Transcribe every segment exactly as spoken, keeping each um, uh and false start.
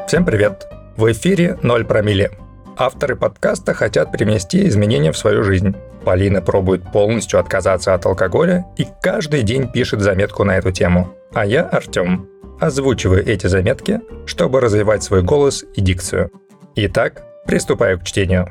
Всем привет! В эфире «Ноль промилле». Авторы подкаста хотят привнести изменения в свою жизнь. Полина пробует полностью отказаться от алкоголя и каждый день пишет заметку на эту тему. А я, Артем, озвучиваю эти заметки, чтобы развивать свой голос и дикцию. Итак, приступаю к чтению.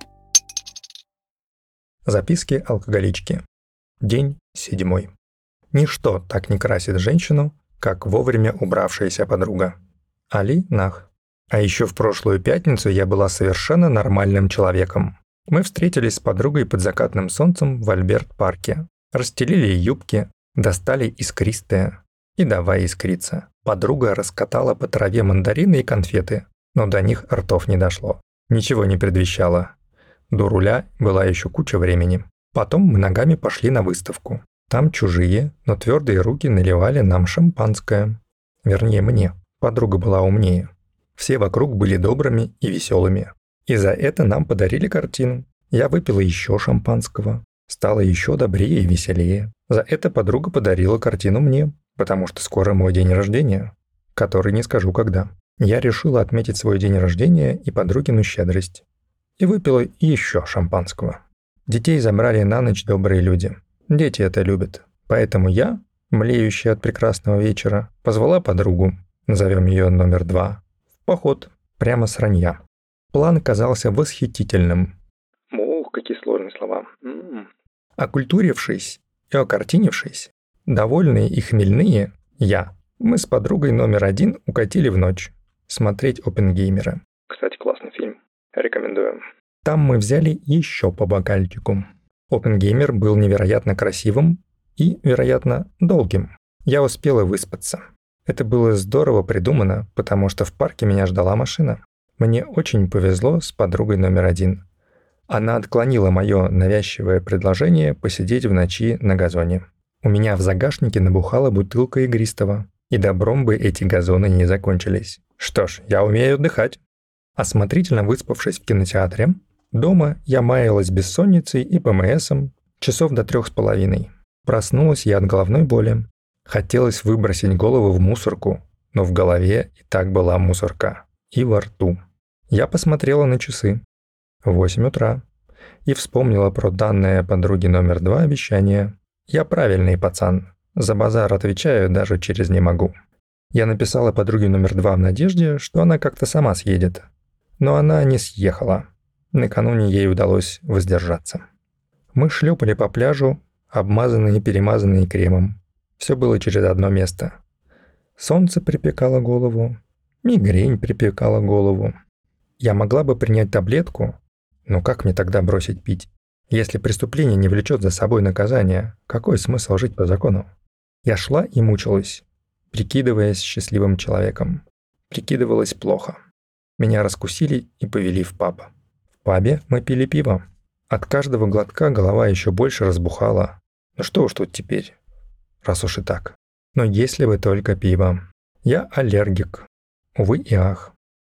Записки алкоголички. День седьмой. Ничто так не красит женщину, как вовремя убравшаяся подруга. Али Нах. А еще в прошлую пятницу я была совершенно нормальным человеком. Мы встретились с подругой под закатным солнцем в Альберт-парке. Расстелили юбки, достали искристое. И давай искриться. Подруга раскатала по траве мандарины и конфеты, но до них ртов не дошло. Ничего не предвещало. До руля была еще куча времени. Потом мы ногами пошли на выставку. Там чужие, но твердые руки наливали нам шампанское. Вернее, мне. Подруга была умнее. Все вокруг были добрыми и веселыми. И за это нам подарили картину. Я выпила еще шампанского. Стала еще добрее и веселее. За это подруга подарила картину мне, потому что скоро мой день рождения, который не скажу когда. Я решила отметить свой день рождения и подругину щедрость. И выпила еще шампанского. Детей забрали на ночь добрые люди. Дети это любят. Поэтому я, млеющая от прекрасного вечера, позвала подругу, назовем ее номер два, в поход, прямо с ранья. План казался восхитительным. Ух, какие сложные слова. М-м. Окультурившись и окартинившись, довольные и хмельные, я, мы с подругой номер один укатили в ночь смотреть «Оппенгеймера». Кстати, классный фильм. Рекомендую. Там мы взяли еще по бокальчику. «Оппенгеймер» был невероятно красивым и, вероятно, долгим. Я успела выспаться. Это было здорово придумано, потому что в парке меня ждала машина. Мне очень повезло с подругой номер один. Она отклонила мое навязчивое предложение посидеть в ночи на газоне. У меня в загашнике набухала бутылка игристого, и добром бы эти газоны не закончились. Что ж, я умею отдыхать. Осмотрительно выспавшись в кинотеатре, дома я маялась бессонницей и ПМСом часов до трех с половиной. Проснулась я от головной боли. Хотелось выбросить голову в мусорку, но в голове и так была мусорка. И во рту. Я посмотрела на часы. Восемь утра. И вспомнила про данное подруге номер два обещание. Я правильный пацан. За базар отвечаю даже через «не могу». Я написала подруге номер два в надежде, что она как-то сама съедет. Но она не съехала. Накануне ей удалось воздержаться. Мы шлепали по пляжу, обмазанные и перемазанные кремом. Все было через одно место. Солнце припекало голову, мигрень припекала голову. Я могла бы принять таблетку, но как мне тогда бросить пить? Если преступление не влечет за собой наказание, какой смысл жить по закону? Я шла и мучилась, прикидываясь счастливым человеком. Прикидывалась плохо. Меня раскусили и повели в паб. В пабе мы пили пиво. От каждого глотка голова еще больше разбухала. Ну что уж тут теперь? Раз уж и так. Но если бы только пиво. Я аллергик. Увы и ах.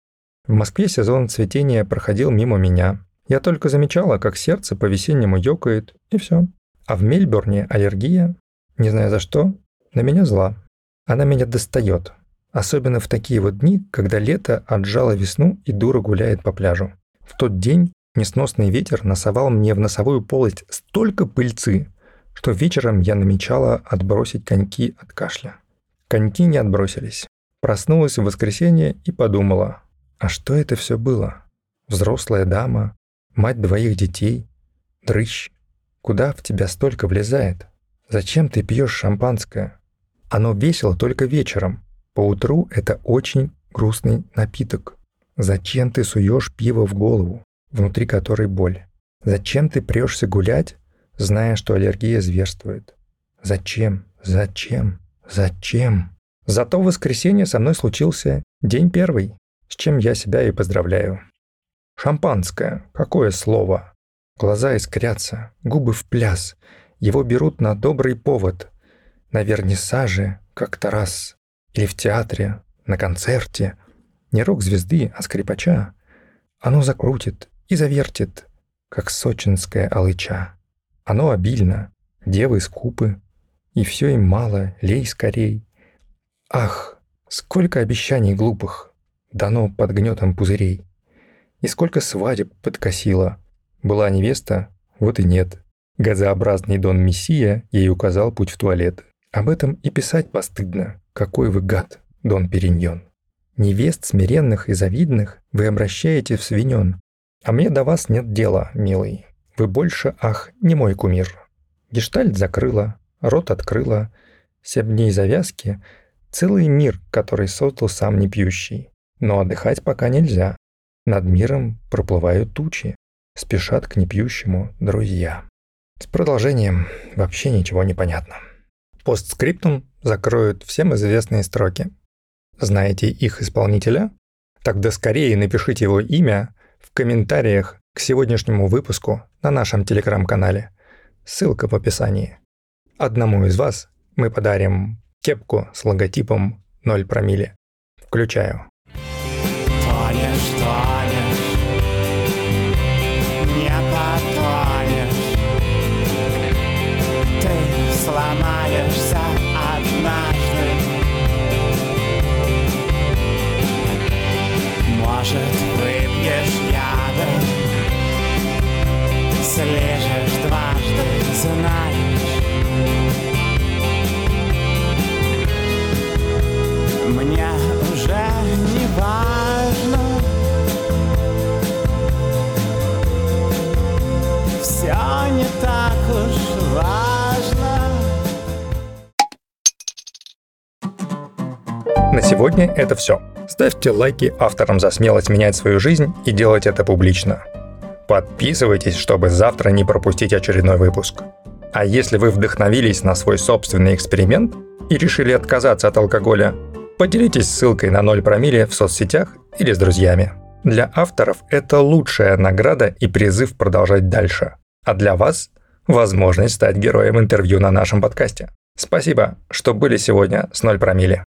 В Москве сезон цветения проходил мимо меня. Я только замечала, как сердце по-весеннему ёкает, и все. А в Мельбурне аллергия, не знаю за что, на меня зла. Она меня достает. Особенно в такие вот дни, когда лето отжало весну и дура гуляет по пляжу. В тот день несносный ветер носовал мне в носовую полость столько пыльцы, что вечером я намечала отбросить коньки от кашля. Коньки не отбросились. Проснулась в воскресенье и подумала, а что это все было? Взрослая дама, мать двоих детей, дрыщ. Куда в тебя столько влезает? Зачем ты пьешь шампанское? Оно весело только вечером. Поутру это очень грустный напиток. Зачем ты суешь пиво в голову, внутри которой боль? Зачем ты прешься гулять, зная, что аллергия зверствует? Зачем? Зачем? Зачем? Зато в воскресенье со мной случился день первый, с чем я себя и поздравляю. Шампанское. Какое слово? Глаза искрятся, губы в пляс. Его берут на добрый повод. На вернисаже, как-то раз. Или в театре, на концерте. Не рок-звезды, а скрипача. Оно закрутит и завертит, как сочинская алыча. Оно обильно, девы скупы, и все им мало, лей скорей. Ах, сколько обещаний глупых, дано под гнетом пузырей. И сколько свадеб подкосило. Была невеста, вот и нет. Газообразный Дон Мессия ей указал путь в туалет. Об этом и писать постыдно. Какой вы гад, Дон Периньон. Невест смиренных и завидных вы обращаете в свинен. А мне до вас нет дела, милый. Вы больше, ах, не мой кумир. Гештальт закрыла, рот открыла. Семь дней завязки — целый мир, который создал сам непьющий. Но отдыхать пока нельзя. Над миром проплывают тучи. Спешат к непьющему друзья. С продолжением вообще ничего не понятно. Постскриптум закроют всем известные строки. Знаете их исполнителя? Тогда скорее напишите его имя в комментариях к сегодняшнему выпуску на нашем телеграм-канале. Ссылка в описании. Одному из вас мы подарим кепку с логотипом ноль промилле. Включаю. Тонешь, тонешь, не потонешь. Ты сломаешься однажды. Может, выпьешь яда, слежешь дважды, знаешь. Мне уже не важно. Все не так уж важно. На сегодня это все. Ставьте лайки авторам за смелость менять свою жизнь и делать это публично. Подписывайтесь, чтобы завтра не пропустить очередной выпуск. А если вы вдохновились на свой собственный эксперимент и решили отказаться от алкоголя, поделитесь ссылкой на ноль промилле в соцсетях или с друзьями. Для авторов это лучшая награда и призыв продолжать дальше. А для вас – возможность стать героем интервью на нашем подкасте. Спасибо, что были сегодня с ноль промилле.